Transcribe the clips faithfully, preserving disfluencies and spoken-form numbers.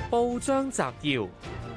報章摘要：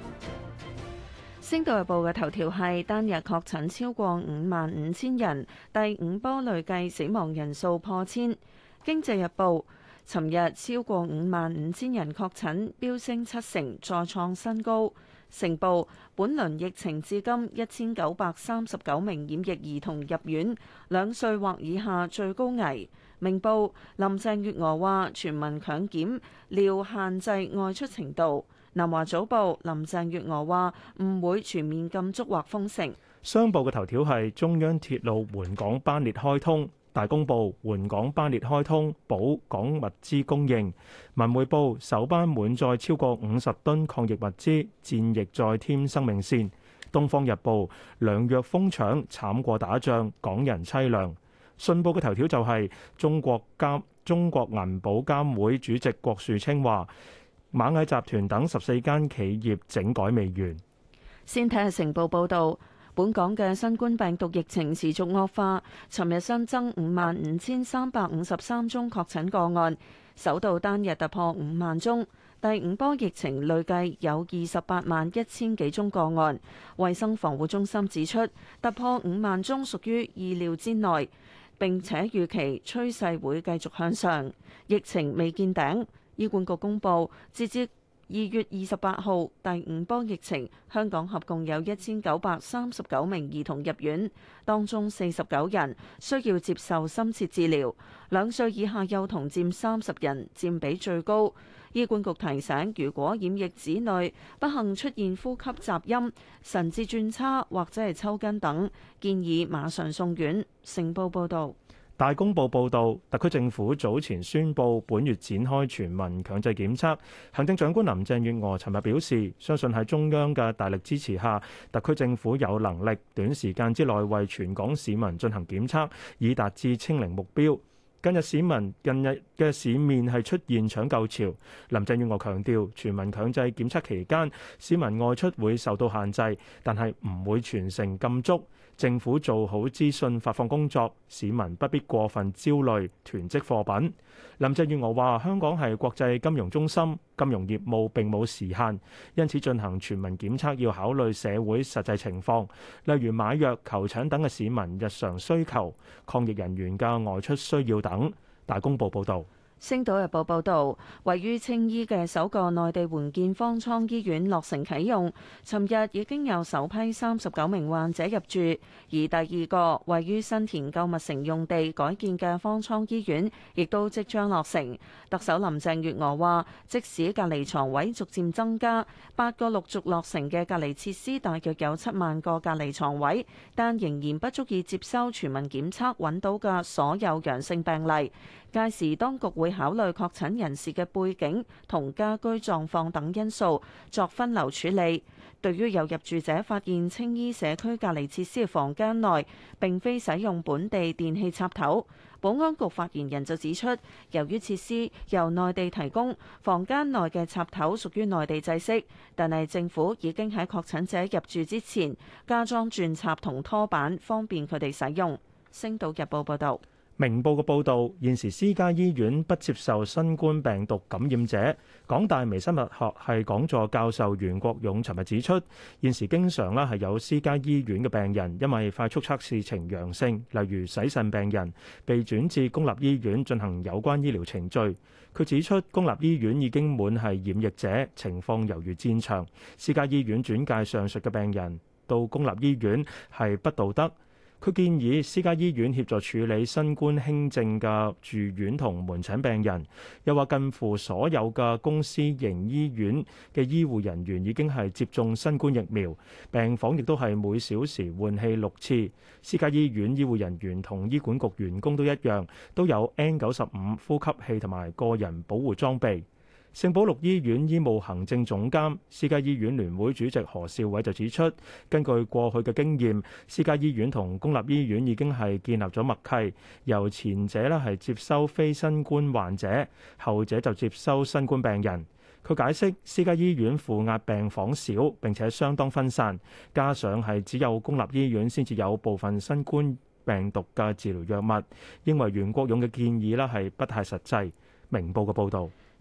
星島日報嘅頭條係單日確診超過五萬五千人，第五波累計死亡人數破千。經濟日報：尋日超過五萬五千人確診，飆升七成，再創新高。成報：本輪疫情至今一千九百三十九名染疫兒童入院，兩歲或以下最高危。明報：林鄭月娥話全民強檢，料限制外出程度。南華早報：林鄭月娥話唔會全面禁足或封城。 商報嘅頭條係中央鐵路援港班列開通。大公報：援港班列開通，保港物資供應。文匯報：首班滿載超過五十噸抗疫物資，戰役再添生命線。東方日報：糧藥瘋搶，慘過打仗，港人淒涼。信報嘅頭條就係中國監中國銀保監會主席郭樹清話，螞蟻集團等十四間企業整改未完。 先睇下成報報導。本港嘅新冠病毒疫情持續惡化，尋日新增五萬五千三百五十三宗確診個案，首度單日突破五萬宗。第五波疫情累計有二十八萬一千幾宗個案。衛生防護中心指出，突破五萬宗屬於意料之內，並且預期趨勢會繼續向上。疫情未見頂，醫管局公佈截至二月二十八號第五波疫情，香港合共有一千九百三十九名兒童入院，當中四十九人需要接受深切治療，兩歲以下幼童佔三十人，佔比最高。醫管局提醒，如果染疫子女不幸出現呼吸雜音、神志轉差或者係抽筋等，建議馬上送院。成報報導。 大公報報導，特區政府早前宣布本月展開全民強制檢測。行政長官林鄭月娥尋日表示，相信喺中央嘅大力支持下，特區政府有能力短時間之內為全港市民進行檢測，以達至清零目標。近日市民近日嘅市面係出現搶購潮，林鄭月娥強調，全民強制檢測期間，市民外出會受到限制，但係唔會全城禁足。政府做好資訊發放工作，市民不必過分焦慮囤積貨品。林鄭月娥話：香港係國際金融中心，金融業務並冇時限，因此進行全民檢測要考慮社會實際情況，例如買藥、求診等嘅市民日常需求、抗疫人員嘅外出需要等。大公報報導。 星島日報報導，位於青衣嘅首個內地援建方艙醫院落成啟用，尋日已經有首批三十九名患者入住，而第二個位於新田購物城用地改建嘅方艙醫院，亦都即將落成。特首林鄭月娥話，即使隔離床位逐漸增加，八個陸續落成嘅隔離設施大約有七萬個隔離床位，但仍然不足以接收全民檢測揾到嘅所有陽性病例。屆時，當局會考慮確診人士嘅背景同家居狀況等因素，作分流處理。對於有入住者發現青衣社區隔離設施嘅房間內並非使用本地電器插頭，保安局發言人就指出，由於設施由內地提供，房間內嘅插頭屬於內地製式，但係政府已經喺確診者入住之前加裝轉插同拖板，方便佢哋使用。星島日報報道。 明報嘅報導，現時私家醫院不接受新冠病毒感染者。港大微生物學系講座教授袁國勇尋日指出，現時經常咧係有私家醫院嘅病人因為快速測試呈陽性，例如洗腎病人，被轉至公立醫院進行有關醫療程序。佢指出，公立醫院已經滿係染疫者，情況猶如戰場。私家醫院轉介上述嘅病人到公立醫院係不道德。佢建議私家醫院協助處理新冠輕症嘅住院同門診病人，又話近乎所有嘅公私營醫院嘅醫護人員已經係接種新冠疫苗，病房亦都係每小時換氣六次。私家醫院醫護人員同醫管局員工都一樣，都有 N 九十五呼吸器同埋個人保護裝備。聖保祿醫院醫務行政總監、私家醫院聯會主席何兆偉就指出，根據過去嘅經驗，私家醫院同公立醫院已經係建立咗默契，由前者咧係接收非新冠患者，後者就接收新冠病人。佢解釋，私家醫院負壓病房少，並且相當分散，加上係只有公立醫院先至有部分新冠病毒嘅治療藥物，認為袁國勇嘅建議咧係不太實際。明報嘅報導。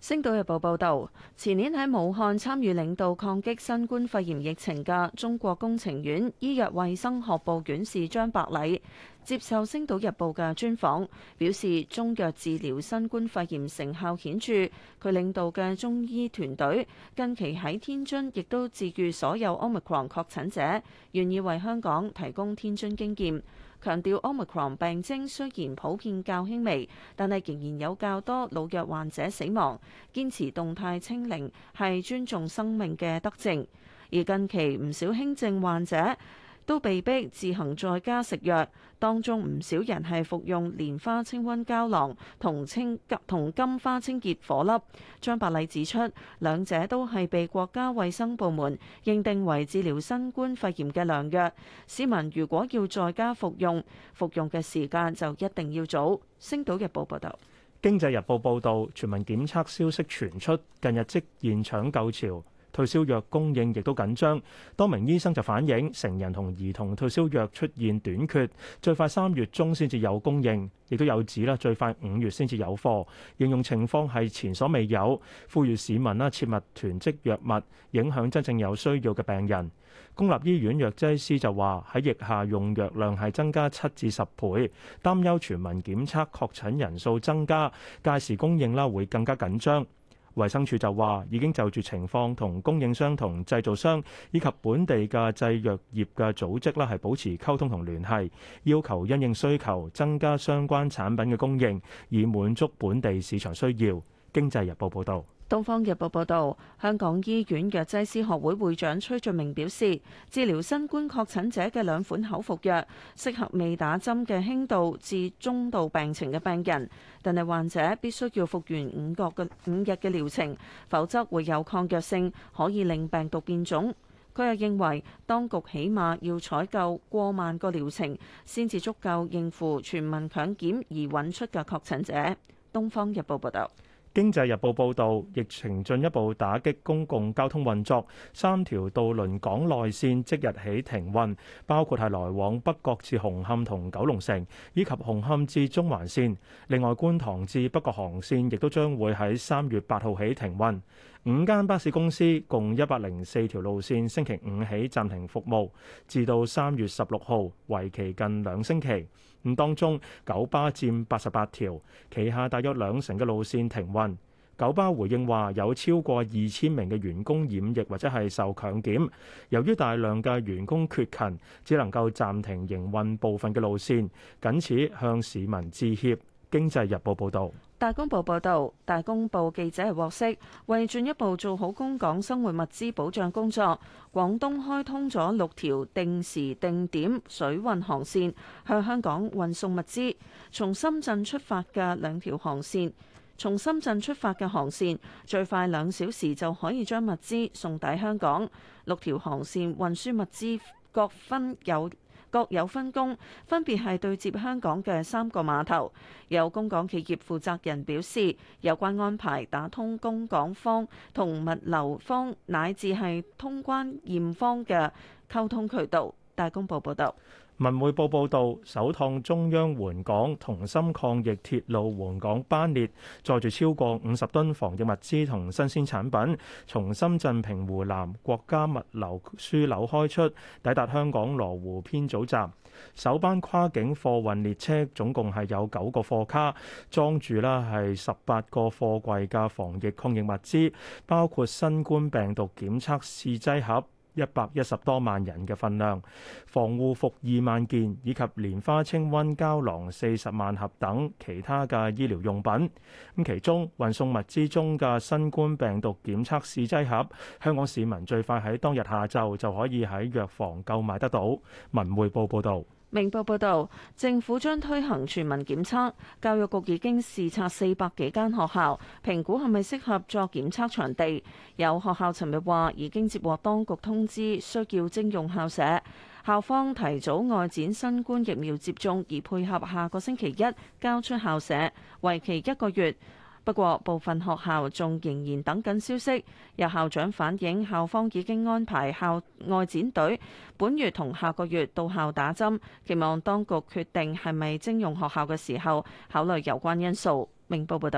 星島日報報導，前年喺武漢參與領導抗擊新冠肺炎疫情嘅中國工程院醫藥衛生學部院士張伯禮接受星島日報嘅專訪，表示中藥治療新冠肺炎成效顯著。佢領導嘅中醫團隊近期喺天津亦都治癒所有 Omicron 確診者，願意為香港提供天津經驗。強調 Omicron 病徵雖然普遍較輕微，但係仍然有較多老弱患者死亡。堅持動態清零係尊重生命嘅德政。而近期唔少輕症患者都被逼自行在家食藥，當中唔少人係服用蓮花清瘟膠囊同清同金花清熱顆粒。張伯禮指出，兩者都係被國家衛生部門認定為治療新冠肺炎嘅良藥。市民如果要在家服用，服用嘅時間就一定要早。星島日報報道。 經濟日報報導，全民檢測消息傳出，近日即現搶購潮。退燒藥供應亦都緊張，多名醫生就反映成人同兒童退燒藥出現短缺，最快三月中先至有供應，亦都有指啦，最快五月先至有貨，形容情況係前所未有，呼籲市民啦切勿囤積藥物，影響真正有需要嘅病人。公立醫院藥劑師就話喺疫下用藥量係增加七至十倍，擔憂全民檢測確診人數增加，屆時供應啦會更加緊張。衛生署就話已經就住情況同供應商同製造商以及本地嘅製藥業嘅組織啦，係保持溝通同聯繫，要求因應需求增加相關產品嘅供應，以滿足本地市場需要。經濟日報報導。 《東方日報》報導，香港醫院藥劑師學會會長崔俊明表示，治療新冠確診者嘅兩款口服藥適合未打針嘅輕度至中度病情嘅病人，但係患者必須要服完五個嘅五日嘅療程，否則會有抗藥性，可以令病毒變種。佢又認為，當局起碼要採購過萬個療程，先至足夠應付全民強檢而揾出嘅確診者。《東方日報》報導。 經濟日報報導，疫情進一步打擊公共交通運作，三條渡輪港內線即日起停運，包括係來往北角至紅磡同九龍城，以及紅磡至中環線。另外，觀塘至北角航線亦都將會喺三月八號起停運。五間巴士公司共一百零四條路線，星期五起暫停服務，至到三月十六號，為期近兩星期。咁當中九巴佔八十八條，旗下大約兩成嘅路線停運。九巴回應話有超過二千名嘅員工染疫或者係受強檢，由於大量嘅員工缺勤，只能夠暫停營運部分嘅路線，僅此向市民致歉。經濟日報報導。 大公報報導，大公報記者係獲悉，為進一步做好供港生活物資保障工作，廣東開通咗六條定時定點水運航線，向香港運送物資。從深圳出發嘅兩條航線，從深圳出發嘅航線最快兩小時就可以將物資送抵香港。六條航線運輸物資各分有各有分工，分別係對接香港嘅三個碼頭。有供港企業負責人表示，有關安排打通供港方同物流方乃至係通關驗方嘅溝通渠道。大公報報道。 文匯報報導，首趟中央援港同心抗疫鐵路援港班列，載住超過五十噸防疫物資同新鮮產品，從深圳平湖南國家物流樞紐開出，抵達香港羅湖編組站。首班跨境貨運列車總共係有九個貨卡，裝住啦係十八個貨櫃嘅防疫抗疫物資，包括新冠病毒檢測試劑盒一百一十多萬人嘅份量，防護服二萬件，以及蓮花清瘟膠囊四十萬盒等其他嘅醫療用品。咁其中運送物資中嘅新冠病毒檢測試劑盒，香港市民最快喺當日下晝就可以喺藥房購買得到。文匯報報導。 明報報導，政府將推行全民檢測，教育局已經視察四百幾間學校，評估係咪適合作檢測場地。有學校尋日話已經接獲當局通知，需要徵用校舍，校方提早外展新冠疫苗接種，而配合下個星期一交出校舍，為期一個月。不過，部分學校仲仍然等緊消息。有校長反映，校方已經安排校外展隊本月同下個月到校打針，期望當局決定係咪徵用學校嘅時候考慮有關因素。明報報道。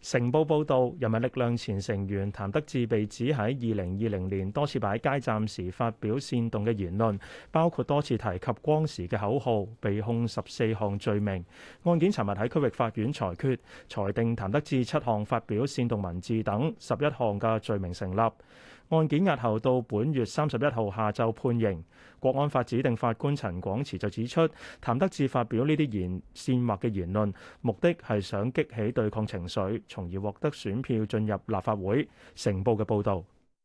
成報報導，人民力量前成員譚德志被指喺二零二零年多次擺街站時發表煽動嘅言論，包括多次提及光時嘅口號，被控十四項罪名。案件尋日喺區域法院裁決，裁定譚德志七項發表煽動文字等十一項嘅罪名成立。案件押後到本月三十一號下晝判刑。國安法指定法官陳廣池就指出，譚德志發表呢啲言煽惑嘅言論，目的係想激起對抗情緒，從而獲得選票進入立法會。成報嘅報導。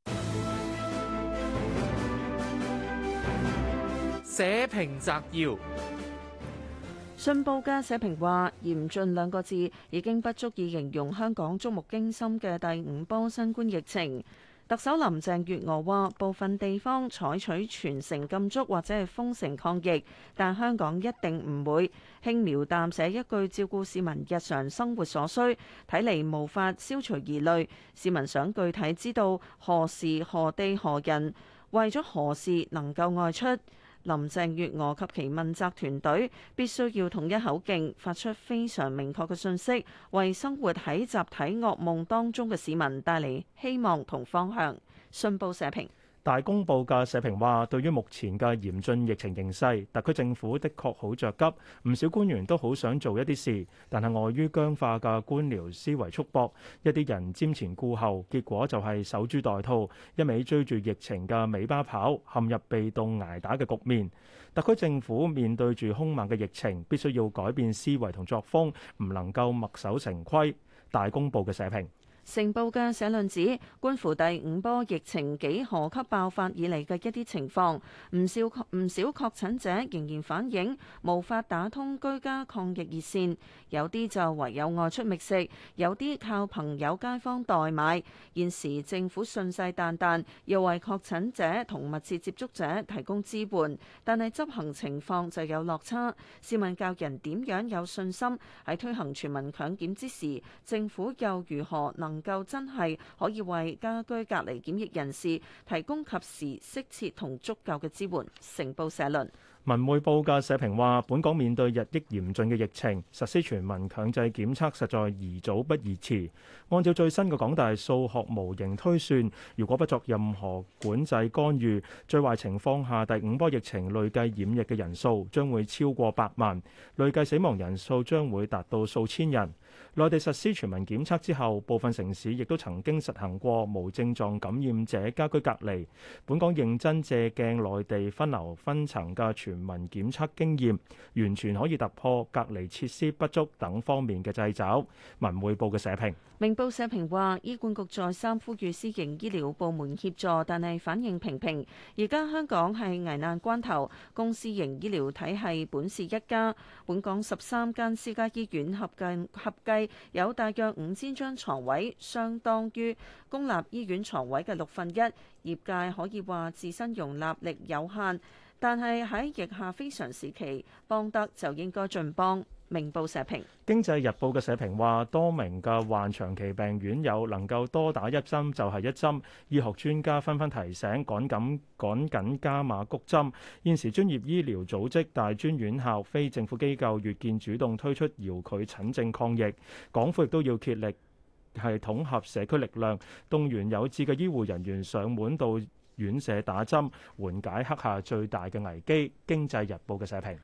社評摘要。 信報嘅社評話：嚴峻兩個字已經不足以形容香港觸目驚心嘅第五波新冠疫情。特首林鄭月娥話：部分地方採取全城禁足或者係封城抗疫，但香港一定唔會輕描淡寫一句照顧市民日常生活所需，睇嚟無法消除疑慮。市民想具體知道何時何地何人為咗何事能夠外出。林鄭月娥及其問責團隊必須要統一口徑，發出非常明確嘅訊息，為生活喺集體噩夢當中嘅市民帶嚟希望同方向。信報社評。 大公報嘅社評話，對於目前嘅嚴峻疫情形勢，特區政府的確好着急，唔少官員都好想做一啲事，但係礙於僵化嘅官僚思維束縛，一啲人瞻前顧後，結果就係守株待兔，一味追住疫情嘅尾巴跑，陷入被動捱打嘅局面。特區政府面對住兇猛嘅疫情，必須要改變思維同作風，唔能夠墨守成規。大公報嘅社評。 成報嘅社論指，觀乎第五波疫情幾何級爆發以嚟嘅一啲情況，唔少唔少確診者仍然反映無法打通居家抗疫熱線，有啲就唯有外出覓食，有啲靠朋友街坊代買。現時政府信誓旦旦要為確診者同密切接觸者提供支援，但係執行情況就有落差。試問教人點樣有信心喺推行全民強檢之時，政府又如何能能夠真係可以為家居隔離檢疫人士提供及時、適切同足夠嘅支援。成報社論。 文匯報嘅社評話，本港面對日益嚴峻嘅疫情，實施全民強制檢測實在宜早不宜遲。按照最新嘅港大數學模型推算，如果不作任何管制干預，最壞情況下，第五波疫情累計染疫嘅人數將會超過百萬，累計死亡人數將會達到數千人。內地實施全民檢測之後，部分城市亦都曾經實行過無症狀感染者家居隔離。本港認真借鏡內地分流分層嘅全民檢測經驗，完全可以突破隔離設施不足等方面嘅掣肘。文匯報嘅社評。 明報社評話，醫管局再三呼籲私營醫療部門協助，但係反應平平。而家香港係危難關頭，公私營醫療體系本是一家。本港十三間私家醫院合計合計有大約五千張床位，相當於公立醫院床位嘅六分一。業界可以話自身容納力有限，但係喺疫下非常時期，幫得就應該盡幫。明報社評。 經濟日報嘅社評話，多名嘅患長期病院友能夠多打一針就係一針，醫學專家紛紛提醒，趕緊趕緊加碼谷針。現時專業醫療組織、大專院校、非政府機構越見主動推出遙距診症抗疫，港府亦都要竭力係統合社區力量，動員有志嘅醫護人員上門到院舍打針，緩解刻下最大嘅危機。經濟日報嘅社評。